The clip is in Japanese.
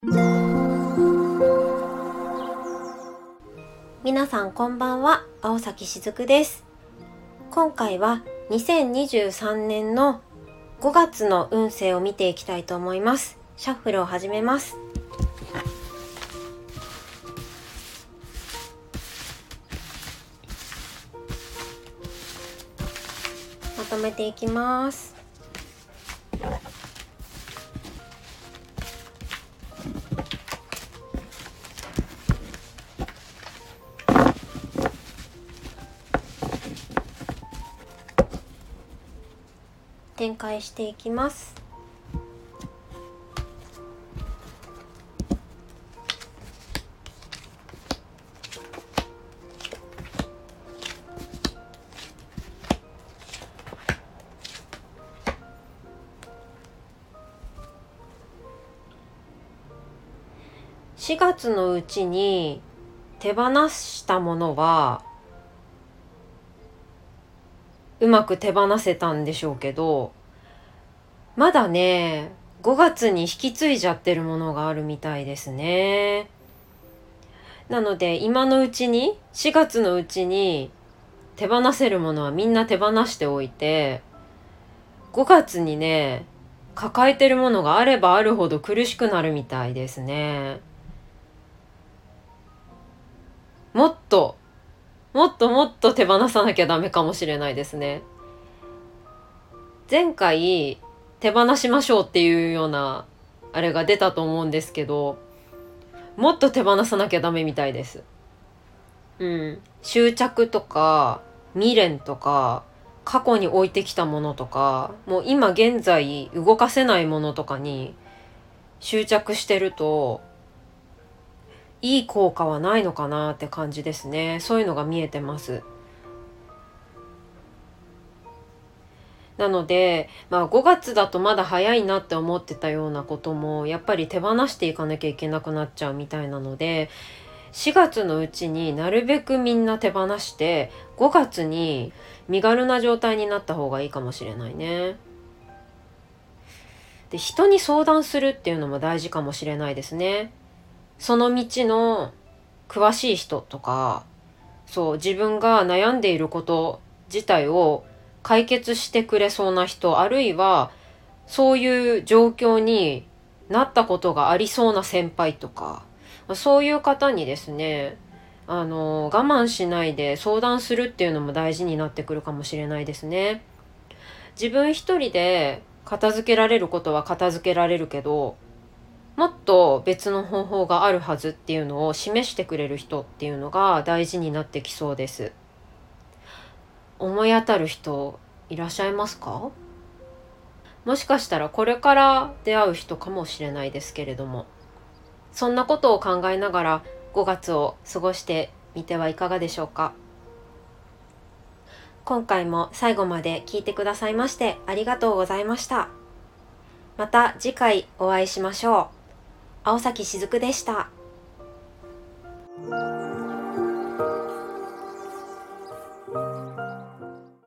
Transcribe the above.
皆さんこんばんは、青崎しずくです。今回は2023年の5月の運勢を見ていきたいと思います。シャッフルを始めます。まとめていきます。展開していきます。4月のうちに手放したものはうまく手放せたんでしょうけど、まだね5月に引き継いじゃってるものがあるみたいですね。なので今のうちに4月のうちに手放せるものはみんな手放しておいて、5月にね抱えてるものがあればあるほど苦しくなるみたいですね。もっと手放さなきゃダメかもしれないですね。前回手放しましょうっていうようなあれが出たと思うんですけど、もっと手放さなきゃダメみたいです。執着とか未練とか過去に置いてきたものとか、もう今現在動かせないものとかに執着してるといい効果はないのかなって感じですね。そういうのが見えてます。なので、5月だとまだ早いなって思ってたようなこともやっぱり手放していかなきゃいけなくなっちゃうみたいなので、4月のうちになるべくみんな手放して5月に身軽な状態になった方がいいかもしれないね。で、人に相談するっていうのも大事かもしれないですね。その道の詳しい人とか、自分が悩んでいること自体を解決してくれそうな人、あるいはそういう状況になったことがありそうな先輩とか、そういう方にですね、我慢しないで相談するっていうのも大事になってくるかもしれないですね。自分一人で片付けられることは片付けられるけど、もっと別の方法があるはずっていうのを示してくれる人っていうのが大事になってきそうです。思い当たる人いらっしゃいますか？もしかしたらこれから出会う人かもしれないですけれども、そんなことを考えながら5月を過ごしてみてはいかがでしょうか。今回も最後まで聞いてくださいましてありがとうございました。また次回お会いしましょう。青崎しずくでした。